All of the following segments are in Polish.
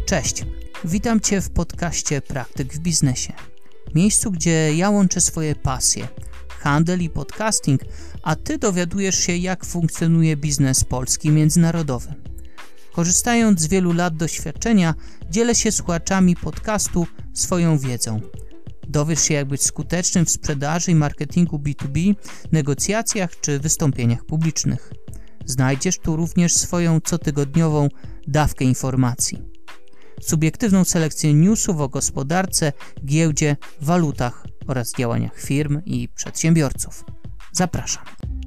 Cześć, witam Cię w podcaście Praktyk w Biznesie. Miejscu, gdzie ja łączę swoje pasje, handel i podcasting, a Ty dowiadujesz się, jak funkcjonuje biznes polski i międzynarodowy. Korzystając z wielu lat doświadczenia, dzielę się z słuchaczami podcastu swoją wiedzą. Dowiesz się, jak być skutecznym w sprzedaży i marketingu B2B, negocjacjach czy wystąpieniach publicznych. Znajdziesz tu również swoją cotygodniową dawkę informacji. Subiektywną selekcję newsów o gospodarce, giełdzie, walutach oraz działaniach firm i przedsiębiorców. Zapraszam.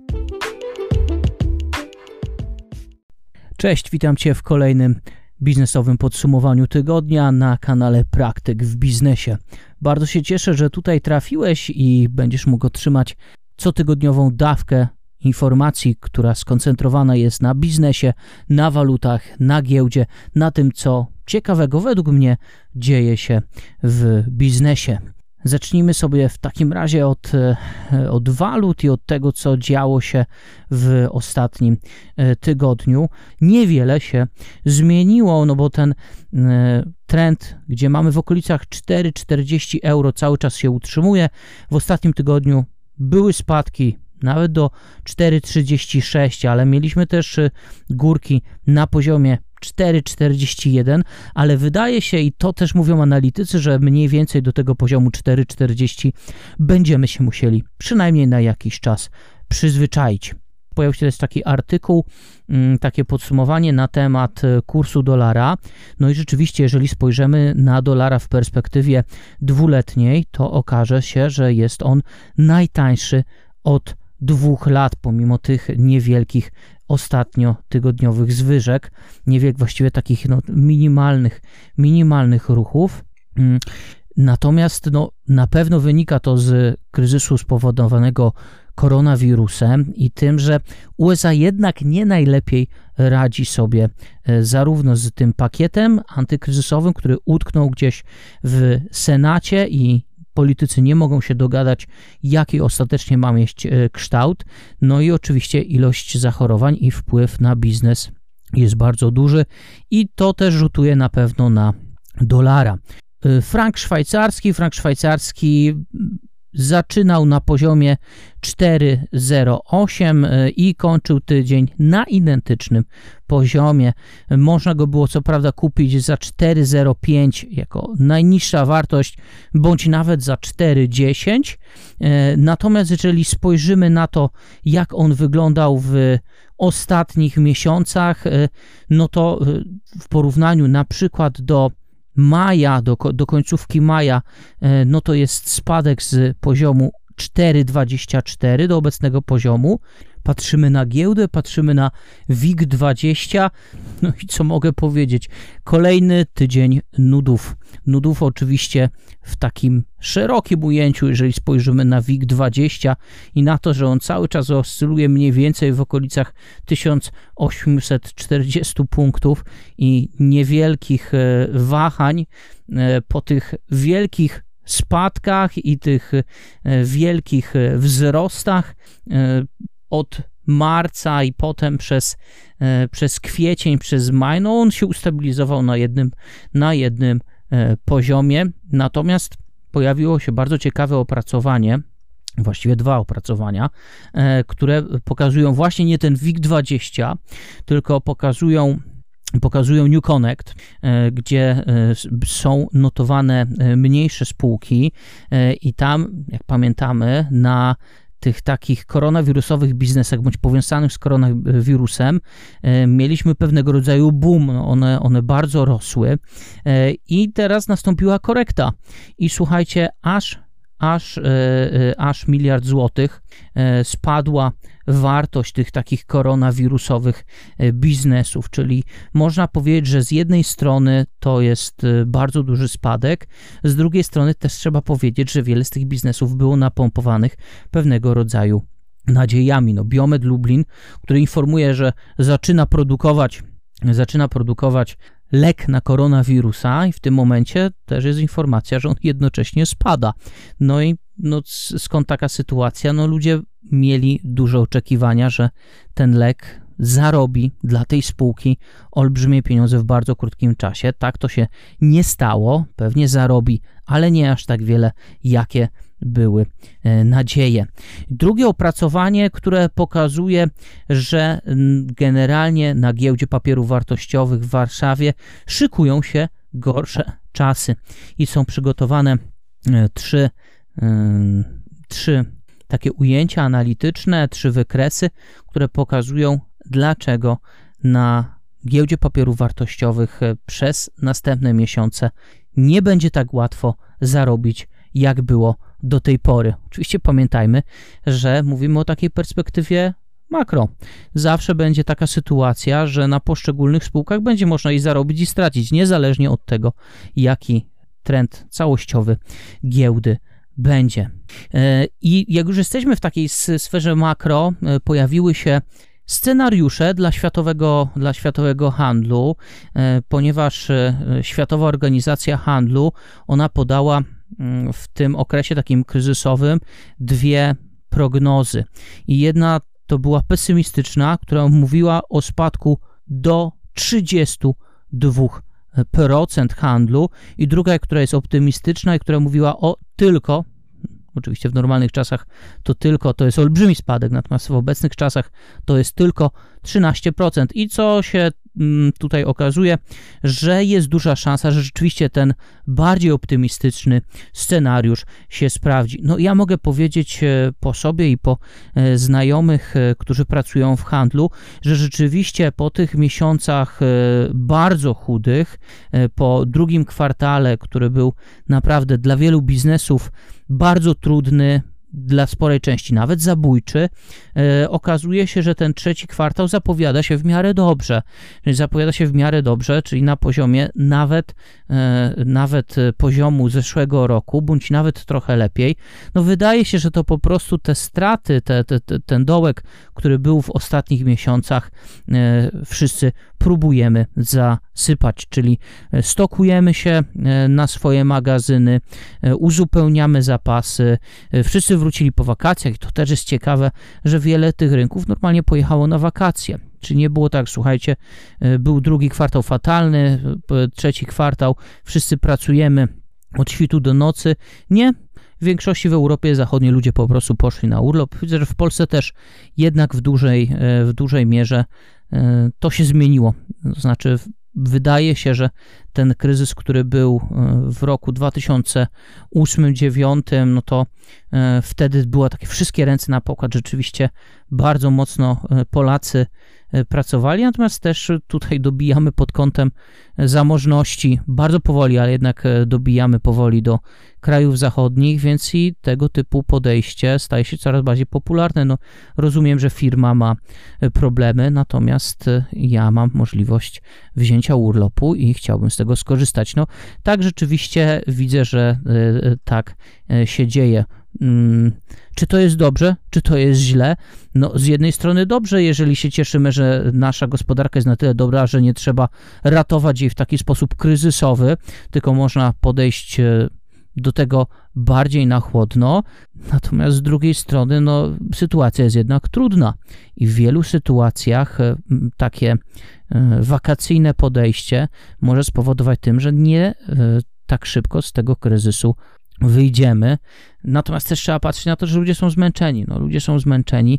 Cześć, witam Cię w kolejnym biznesowym podsumowaniu tygodnia na kanale Praktyk w Biznesie. Bardzo się cieszę, że tutaj trafiłeś i będziesz mógł otrzymać cotygodniową dawkę informacji, która skoncentrowana jest na biznesie, na walutach, na giełdzie, na tym, co ciekawego według mnie dzieje się w biznesie. Zacznijmy sobie w takim razie od walut i od tego, co działo się w ostatnim tygodniu. Niewiele się zmieniło, no bo ten trend, gdzie mamy w okolicach 4,40 euro, cały czas się utrzymuje. W ostatnim tygodniu były spadki nawet do 4,36, ale mieliśmy też górki na poziomie 4,41, ale wydaje się, i to też mówią analitycy, że mniej więcej do tego poziomu 4,40 będziemy się musieli przynajmniej na jakiś czas przyzwyczaić. Pojawił się też taki artykuł, takie podsumowanie na temat kursu dolara. No i rzeczywiście, jeżeli spojrzymy na dolara w perspektywie dwuletniej, to okaże się, że jest on najtańszy od 2 lat, pomimo tych niewielkich ostatnio tygodniowych zwyżek, właściwie takich minimalnych ruchów. Natomiast na pewno wynika to z kryzysu spowodowanego koronawirusem i tym, że USA jednak nie najlepiej radzi sobie zarówno z tym pakietem antykryzysowym, który utknął gdzieś w Senacie i politycy nie mogą się dogadać, jaki ostatecznie ma mieć kształt. No i oczywiście ilość zachorowań i wpływ na biznes jest bardzo duży i to też rzutuje na pewno na dolara. Frank szwajcarski zaczynał na poziomie 4,08 i kończył tydzień na identycznym poziomie. Można go było co prawda kupić za 4,05 jako najniższa wartość, bądź nawet za 4,10. Natomiast jeżeli spojrzymy na to, jak on wyglądał w ostatnich miesiącach, no to w porównaniu na przykład do maja, do końcówki maja, no to jest spadek z poziomu 4,24 do obecnego poziomu. Patrzymy na giełdę, patrzymy na WIG20, no i co mogę powiedzieć? Kolejny tydzień nudów. Nudów oczywiście w takim szerokim ujęciu, jeżeli spojrzymy na WIG20 i na to, że on cały czas oscyluje mniej więcej w okolicach 1840 punktów i niewielkich wahań po tych wielkich spadkach i tych wielkich wzrostach od marca i potem przez kwiecień, przez maj, no on się ustabilizował na jednym poziomie. Natomiast pojawiło się bardzo ciekawe opracowanie, właściwie 2 opracowania, które pokazują właśnie nie ten WIG20, tylko pokazują New Connect, gdzie są notowane mniejsze spółki i tam, jak pamiętamy, na tych takich koronawirusowych biznesach bądź powiązanych z koronawirusem mieliśmy pewnego rodzaju boom, one bardzo rosły i teraz nastąpiła korekta i słuchajcie, aż miliard złotych spadła wartość tych takich koronawirusowych biznesów, czyli można powiedzieć, że z jednej strony to jest bardzo duży spadek, z drugiej strony też trzeba powiedzieć, że wiele z tych biznesów było napompowanych pewnego rodzaju nadziejami. Biomed Lublin, który informuje, że zaczyna produkować lek na koronawirusa i w tym momencie też jest informacja, że on jednocześnie spada. No i skąd taka sytuacja? Ludzie mieli duże oczekiwania, że ten lek zarobi dla tej spółki olbrzymie pieniądze w bardzo krótkim czasie. Tak to się nie stało, pewnie zarobi, ale nie aż tak wiele, jakie były nadzieje. Drugie opracowanie, które pokazuje, że generalnie na giełdzie papierów wartościowych w Warszawie szykują się gorsze czasy i są przygotowane trzy takie ujęcia analityczne, 3 wykresy, które pokazują, dlaczego na giełdzie papierów wartościowych przez następne miesiące nie będzie tak łatwo zarobić, jak było do tej pory. Oczywiście pamiętajmy, że mówimy o takiej perspektywie makro. Zawsze będzie taka sytuacja, że na poszczególnych spółkach będzie można i zarobić, i stracić, niezależnie od tego, jaki trend całościowy giełdy będzie. I jak już jesteśmy w takiej sferze makro, pojawiły się scenariusze dla światowego handlu, ponieważ Światowa Organizacja Handlu, ona podała w tym okresie takim kryzysowym 2 prognozy. I jedna to była pesymistyczna, która mówiła o spadku do 32% handlu, i druga, która jest optymistyczna i która mówiła o tylko, oczywiście w normalnych czasach to jest olbrzymi spadek, natomiast w obecnych czasach to jest tylko 13%. I co się tutaj okazuje, że jest duża szansa, że rzeczywiście ten bardziej optymistyczny scenariusz się sprawdzi. No ja mogę powiedzieć po sobie i po znajomych, którzy pracują w handlu, że rzeczywiście po tych miesiącach bardzo chudych, po drugim kwartale, który był naprawdę dla wielu biznesów bardzo trudny, dla sporej części nawet zabójczy, okazuje się, że ten trzeci kwartał zapowiada się w miarę dobrze. Czyli na poziomie nawet poziomu zeszłego roku, bądź nawet trochę lepiej. No wydaje się, że to po prostu te straty, ten dołek, który był w ostatnich miesiącach, wszyscy próbujemy zasypać, czyli stokujemy się na swoje magazyny, uzupełniamy zapasy, wszyscy wrócili po wakacjach i to też jest ciekawe, że wiele tych rynków normalnie pojechało na wakacje. Czy nie było tak, słuchajcie, był drugi kwartał fatalny, trzeci kwartał, wszyscy pracujemy od świtu do nocy. Nie, w większości w Europie Zachodniej ludzie po prostu poszli na urlop. Widzę, że w Polsce też jednak w dużej mierze to się zmieniło. To znaczy wydaje się, że ten kryzys, który był w roku 2008-2009, no to wtedy było takie wszystkie ręce na pokład. Rzeczywiście bardzo mocno Polacy pracowali, natomiast też tutaj dobijamy pod kątem zamożności, bardzo powoli, ale jednak dobijamy powoli do krajów zachodnich, więc i tego typu podejście staje się coraz bardziej popularne. No, rozumiem, że firma ma problemy, natomiast ja mam możliwość wzięcia urlopu i chciałbym z tego skorzystać. No, tak rzeczywiście widzę, że tak się dzieje. Czy to jest dobrze, czy to jest źle? No, z jednej strony dobrze, jeżeli się cieszymy, że nasza gospodarka jest na tyle dobra, że nie trzeba ratować jej w taki sposób kryzysowy, tylko można podejść do tego bardziej na chłodno. Natomiast z drugiej strony, no, sytuacja jest jednak trudna i w wielu sytuacjach takie wakacyjne podejście może spowodować tym, że nie tak szybko z tego kryzysu wyjdziemy. Natomiast też trzeba patrzeć na to, że ludzie są zmęczeni. No, ludzie są zmęczeni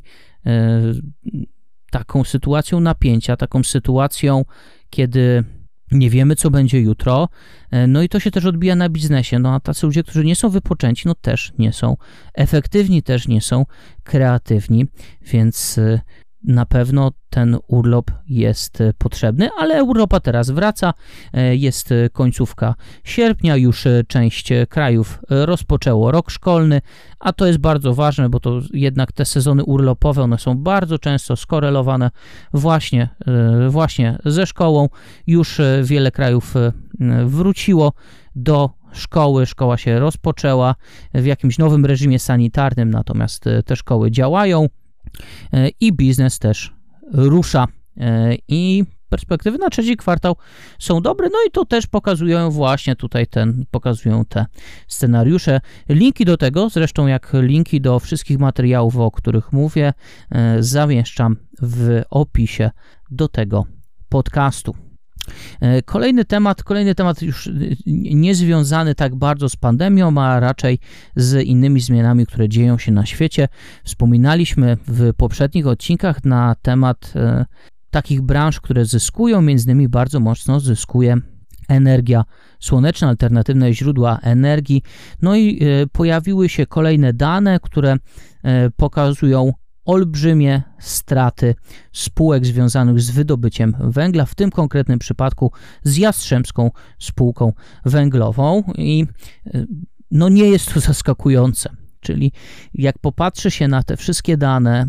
taką sytuacją napięcia, taką sytuacją, kiedy nie wiemy, co będzie jutro, no i to się też odbija na biznesie. No a tacy ludzie, którzy nie są wypoczęci, no też nie są efektywni, też nie są kreatywni, więc na pewno ten urlop jest potrzebny, ale Europa teraz wraca, jest końcówka sierpnia, już część krajów rozpoczęło rok szkolny, a to jest bardzo ważne, bo to jednak te sezony urlopowe, one są bardzo często skorelowane właśnie ze szkołą. Już wiele krajów wróciło do szkoły, szkoła się rozpoczęła w jakimś nowym reżimie sanitarnym, natomiast te szkoły działają i biznes też rusza. I perspektywy na trzeci kwartał są dobre, no i to też pokazują właśnie tutaj pokazują te scenariusze. Linki do tego, zresztą jak linki do wszystkich materiałów, o których mówię, zamieszczam w opisie do tego podcastu. Kolejny temat już nie związany tak bardzo z pandemią, a raczej z innymi zmianami, które dzieją się na świecie. Wspominaliśmy w poprzednich odcinkach na temat takich branż, które zyskują, między innymi bardzo mocno zyskuje energia słoneczna, alternatywne źródła energii. No i pojawiły się kolejne dane, które pokazują olbrzymie straty spółek związanych z wydobyciem węgla, w tym konkretnym przypadku z Jastrzębską Spółką Węglową i no nie jest to zaskakujące. Czyli jak popatrzy się na te wszystkie dane,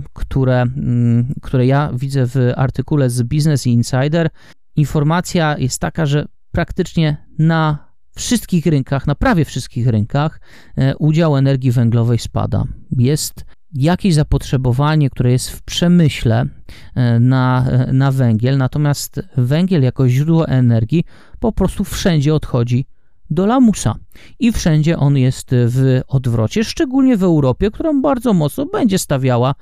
które ja widzę w artykule z Business Insider, informacja jest taka, że praktycznie na wszystkich rynkach, na prawie wszystkich rynkach udział energii węglowej spada. Jest jakieś zapotrzebowanie, które jest w przemyśle na węgiel, natomiast węgiel jako źródło energii po prostu wszędzie odchodzi do lamusa i wszędzie on jest w odwrocie, szczególnie w Europie, która bardzo mocno będzie stawiała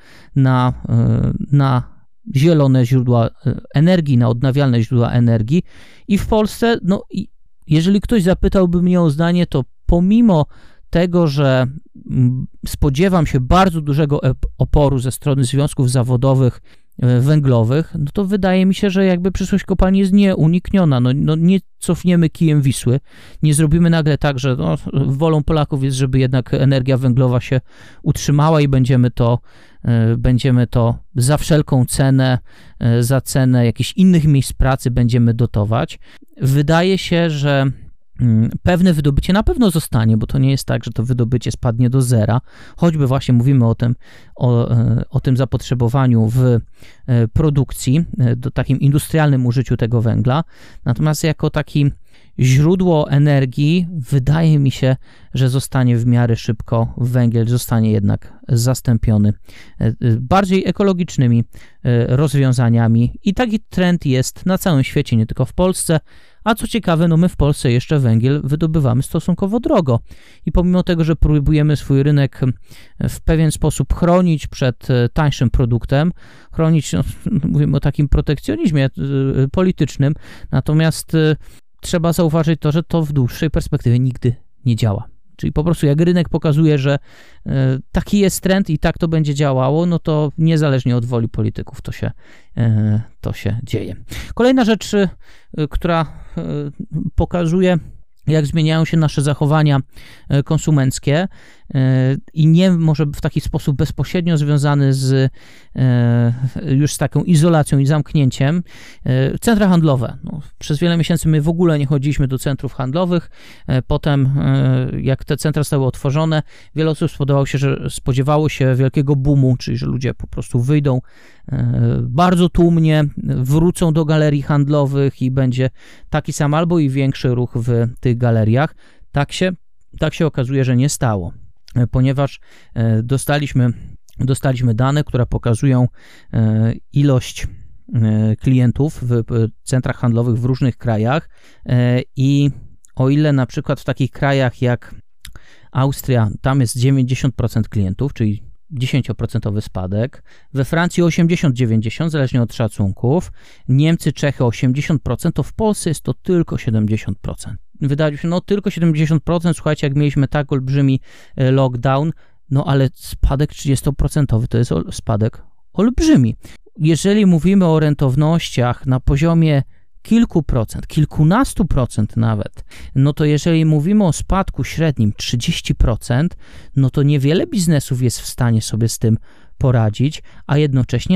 na zielone źródła energii, na odnawialne źródła energii i w Polsce, no jeżeli ktoś zapytałby mnie o zdanie, to pomimo tego, że spodziewam się bardzo dużego oporu ze strony związków zawodowych węglowych, no to wydaje mi się, że jakby przyszłość kopalni jest nieunikniona. No nie cofniemy kijem Wisły, nie zrobimy nagle tak, że wolą Polaków jest, żeby jednak energia węglowa się utrzymała i będziemy to za wszelką cenę, za cenę jakichś innych miejsc pracy będziemy dotować. Wydaje się, że pewne wydobycie na pewno zostanie, bo to nie jest tak, że to wydobycie spadnie do zera, choćby właśnie mówimy o tym zapotrzebowaniu w produkcji, do takim industrialnym użyciu tego węgla. Natomiast jako taki źródło energii wydaje mi się, że zostanie w miarę szybko węgiel, zostanie jednak zastąpiony bardziej ekologicznymi rozwiązaniami i taki trend jest na całym świecie, nie tylko w Polsce. A co ciekawe, no my w Polsce jeszcze węgiel wydobywamy stosunkowo drogo i pomimo tego, że próbujemy swój rynek w pewien sposób chronić przed tańszym produktem, mówimy o takim protekcjonizmie politycznym, natomiast trzeba zauważyć to, że to w dłuższej perspektywie nigdy nie działa. Czyli po prostu jak rynek pokazuje, że taki jest trend i tak to będzie działało, no to niezależnie od woli polityków to się dzieje. Kolejna rzecz, która pokazuje, jak zmieniają się nasze zachowania konsumenckie i nie może w taki sposób bezpośrednio związany już z taką izolacją i zamknięciem. Centra handlowe. Przez wiele miesięcy my w ogóle nie chodziliśmy do centrów handlowych. Potem, jak te centra zostały otworzone, wiele osób spodziewało się wielkiego boomu, czyli że ludzie po prostu wyjdą bardzo tłumnie, wrócą do galerii handlowych i będzie taki sam albo i większy ruch w tych galeriach. Tak się okazuje, że nie stało, ponieważ dostaliśmy dane, które pokazują ilość klientów w centrach handlowych w różnych krajach i o ile na przykład w takich krajach jak Austria, tam jest 90% klientów, czyli 10% spadek, we Francji 80-90%, zależnie od szacunków, Niemcy, Czechy 80%, to w Polsce jest to tylko 70%. Wydaje się, tylko 70%, słuchajcie, jak mieliśmy tak olbrzymi lockdown, ale spadek 30% to jest spadek olbrzymi. Jeżeli mówimy o rentownościach na poziomie kilku procent, kilkunastu procent nawet, no to jeżeli mówimy o spadku średnim 30%, no to niewiele biznesów jest w stanie sobie z tym poradzić, a jednocześnie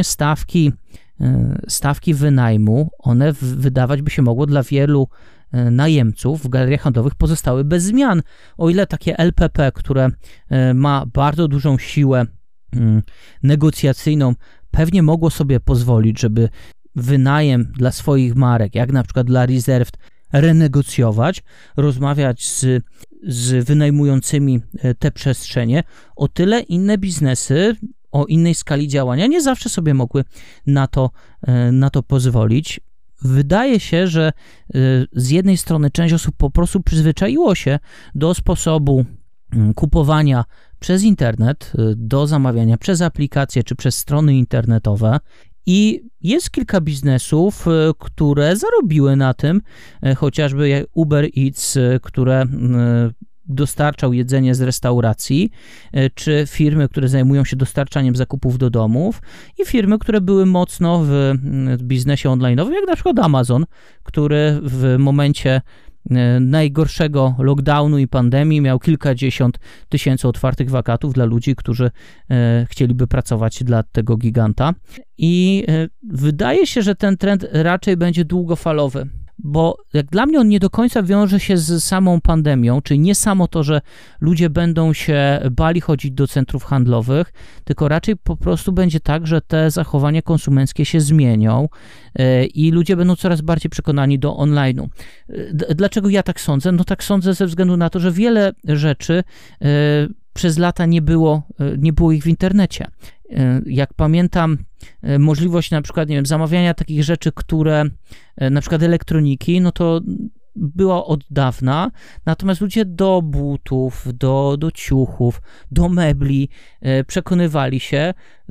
stawki wynajmu, one wydawać by się mogło dla wielu najemców w galeriach handlowych pozostały bez zmian. O ile takie LPP, które ma bardzo dużą siłę negocjacyjną, pewnie mogło sobie pozwolić, żeby wynajem dla swoich marek, jak na przykład dla Reserved, renegocjować, rozmawiać z wynajmującymi te przestrzenie, o tyle inne biznesy o innej skali działania nie zawsze sobie mogły na to pozwolić. wydaje się, że z jednej strony część osób po prostu przyzwyczaiło się do sposobu kupowania przez internet, do zamawiania przez aplikacje czy przez strony internetowe i jest kilka biznesów, które zarobiły na tym, chociażby Uber Eats, które dostarczał jedzenie z restauracji, czy firmy, które zajmują się dostarczaniem zakupów do domów i firmy, które były mocno w biznesie online'owym, jak na przykład Amazon, który w momencie najgorszego lockdownu i pandemii miał kilkadziesiąt tysięcy otwartych wakatów dla ludzi, którzy chcieliby pracować dla tego giganta. I wydaje się, że ten trend raczej będzie długofalowy, bo jak dla mnie on nie do końca wiąże się z samą pandemią, czyli nie samo to, że ludzie będą się bali chodzić do centrów handlowych, tylko raczej po prostu będzie tak, że te zachowania konsumenckie się zmienią i ludzie będą coraz bardziej przekonani do online'u. Dlaczego ja tak sądzę? No tak sądzę ze względu na to, że wiele rzeczy przez lata nie było ich w internecie. Jak pamiętam, możliwość na przykład, nie wiem, zamawiania takich rzeczy, które, na przykład elektroniki, no to była od dawna, natomiast ludzie do butów, do ciuchów, do mebli przekonywali się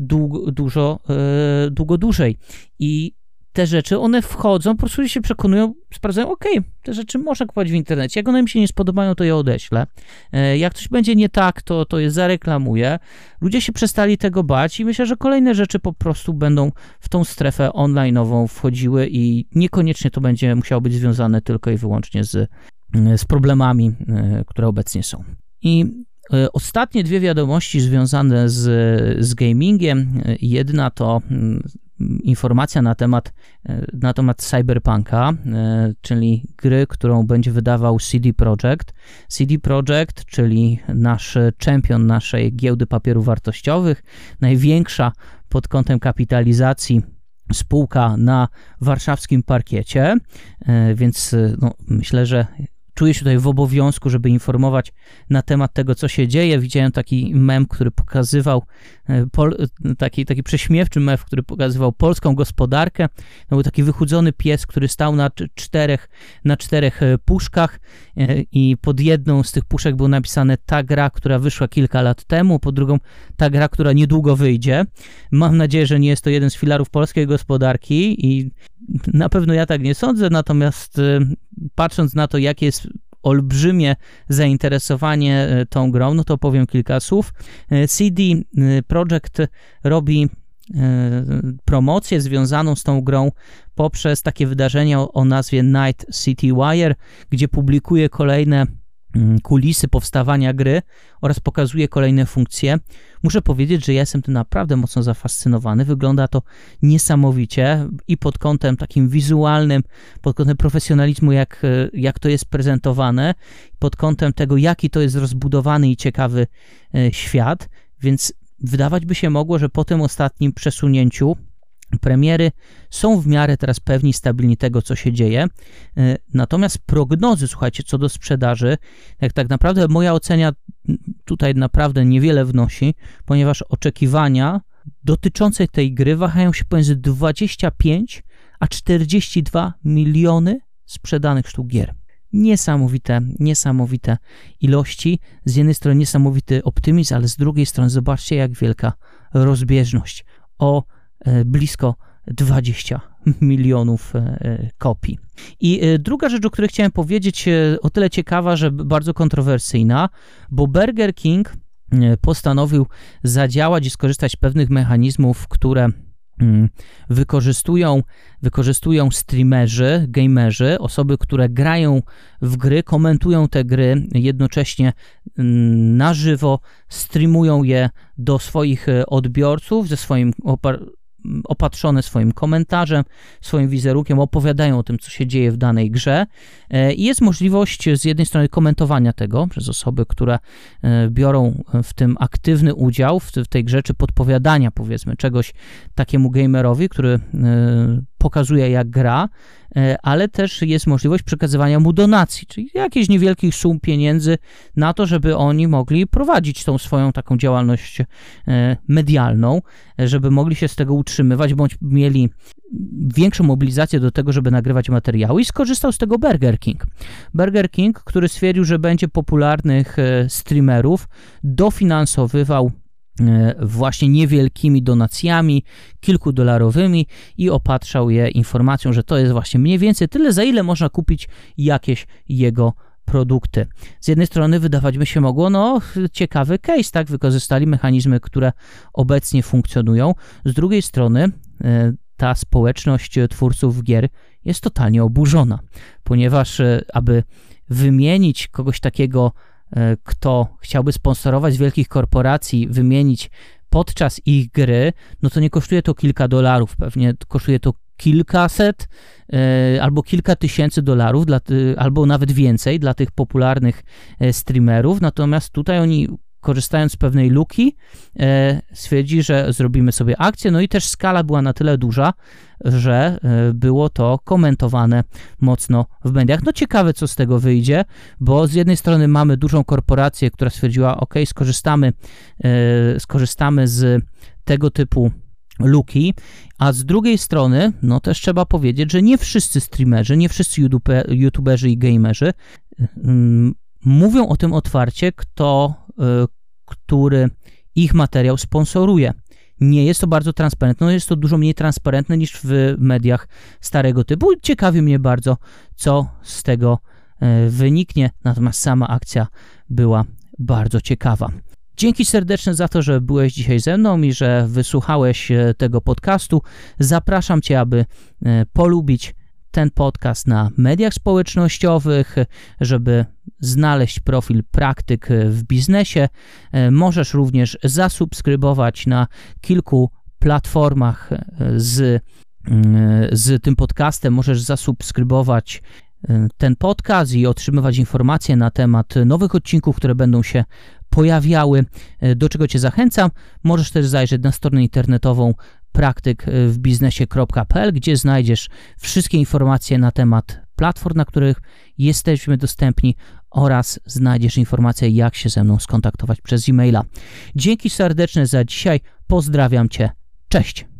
długo dłużej i te rzeczy, one wchodzą, po prostu się przekonują, sprawdzają, te rzeczy można kupować w internecie, jak one mi się nie spodobają, to je odeślę, jak coś będzie nie tak, to je zareklamuję. Ludzie się przestali tego bać i myślę, że kolejne rzeczy po prostu będą w tą strefę online'ową wchodziły i niekoniecznie to będzie musiało być związane tylko i wyłącznie z problemami, które obecnie są. I ostatnie dwie wiadomości związane z gamingiem. Jedna to informacja na temat Cyberpunka, czyli gry, którą będzie wydawał CD Projekt. CD Projekt, czyli nasz czempion naszej giełdy papierów wartościowych, największa pod kątem kapitalizacji spółka na warszawskim parkiecie, więc myślę, że czuję się tutaj w obowiązku, żeby informować na temat tego, co się dzieje. Widziałem taki mem, który pokazywał, taki prześmiewczy mem, który pokazywał polską gospodarkę. To był taki wychudzony pies, który stał na czterech puszkach i pod jedną z tych puszek było napisane ta gra, która wyszła kilka lat temu, po drugą ta gra, która niedługo wyjdzie. Mam nadzieję, że nie jest to jeden z filarów polskiej gospodarki i na pewno ja tak nie sądzę, natomiast patrząc na to, jakie jest olbrzymie zainteresowanie tą grą, no to powiem kilka słów. CD Projekt robi promocję związaną z tą grą poprzez takie wydarzenia o nazwie Night City Wire, gdzie publikuje kolejne kulisy powstawania gry oraz pokazuje kolejne funkcje. Muszę powiedzieć, że ja jestem tym naprawdę mocno zafascynowany. Wygląda to niesamowicie i pod kątem takim wizualnym, pod kątem profesjonalizmu, jak to jest prezentowane, pod kątem tego, jaki to jest rozbudowany i ciekawy świat, więc wydawać by się mogło, że po tym ostatnim przesunięciu premiery są w miarę teraz pewni, stabilni tego, co się dzieje. Natomiast prognozy, słuchajcie, co do sprzedaży, tak naprawdę moja ocena tutaj naprawdę niewiele wnosi, ponieważ oczekiwania dotyczące tej gry wahają się pomiędzy 25 a 42 miliony sprzedanych sztuk gier. Niesamowite ilości. Z jednej strony niesamowity optymizm, ale z drugiej strony zobaczcie, jak wielka rozbieżność. O blisko 20 milionów kopii. I druga rzecz, o której chciałem powiedzieć, o tyle ciekawa, że bardzo kontrowersyjna, bo Burger King postanowił zadziałać i skorzystać z pewnych mechanizmów, które wykorzystują streamerzy, gamerzy, osoby, które grają w gry, komentują te gry jednocześnie na żywo, streamują je do swoich odbiorców, opatrzone swoim komentarzem, swoim wizerunkiem, opowiadają o tym, co się dzieje w danej grze i jest możliwość z jednej strony komentowania tego przez osoby, które biorą w tym aktywny udział w tej grze, czy podpowiadania, powiedzmy, czegoś takiemu gamerowi, który pokazuje jak gra, ale też jest możliwość przekazywania mu donacji, czyli jakichś niewielkich sum pieniędzy na to, żeby oni mogli prowadzić tą swoją taką działalność medialną, żeby mogli się z tego utrzymywać, bądź mieli większą mobilizację do tego, żeby nagrywać materiały i skorzystał z tego Burger King. Burger King, który stwierdził, że będzie popularnych streamerów dofinansowywał właśnie niewielkimi donacjami, kilkudolarowymi i opatrzał je informacją, że to jest właśnie mniej więcej tyle, za ile można kupić jakieś jego produkty. Z jednej strony wydawać by się mogło, ciekawy case, tak, wykorzystali mechanizmy, które obecnie funkcjonują. Z drugiej strony ta społeczność twórców gier jest totalnie oburzona, ponieważ aby wymienić kogoś takiego, kto chciałby sponsorować wielkich korporacji, wymienić podczas ich gry, to nie kosztuje to kilka dolarów, pewnie kosztuje to kilkaset albo kilka tysięcy dolarów, albo nawet więcej dla tych popularnych streamerów, natomiast tutaj oni, korzystając z pewnej luki, stwierdzi, że zrobimy sobie akcję, i też skala była na tyle duża, że było to komentowane mocno w mediach. Ciekawe, co z tego wyjdzie, bo z jednej strony mamy dużą korporację, która stwierdziła, ok, skorzystamy z tego typu luki, a z drugiej strony, też trzeba powiedzieć, że nie wszyscy streamerzy, nie wszyscy youtuberzy i gamerzy mówią o tym otwarcie, który ich materiał sponsoruje. Nie jest to bardzo transparentne, jest to dużo mniej transparentne niż w mediach starego typu. Ciekawi mnie bardzo, co z tego wyniknie, natomiast sama akcja była bardzo ciekawa. Dzięki serdeczne za to, że byłeś dzisiaj ze mną i że wysłuchałeś tego podcastu. Zapraszam Cię, aby polubić ten podcast na mediach społecznościowych, żeby znaleźć profil Praktyk w Biznesie. Możesz również zasubskrybować na kilku platformach z tym podcastem. Możesz zasubskrybować ten podcast i otrzymywać informacje na temat nowych odcinków, które będą się pojawiały, do czego Cię zachęcam. Możesz też zajrzeć na stronę internetową praktykWbiznesie.pl, gdzie znajdziesz wszystkie informacje na temat platform, na których jesteśmy dostępni, oraz znajdziesz informacje, jak się ze mną skontaktować przez e-maila. Dzięki serdeczne za dzisiaj, pozdrawiam Cię, cześć!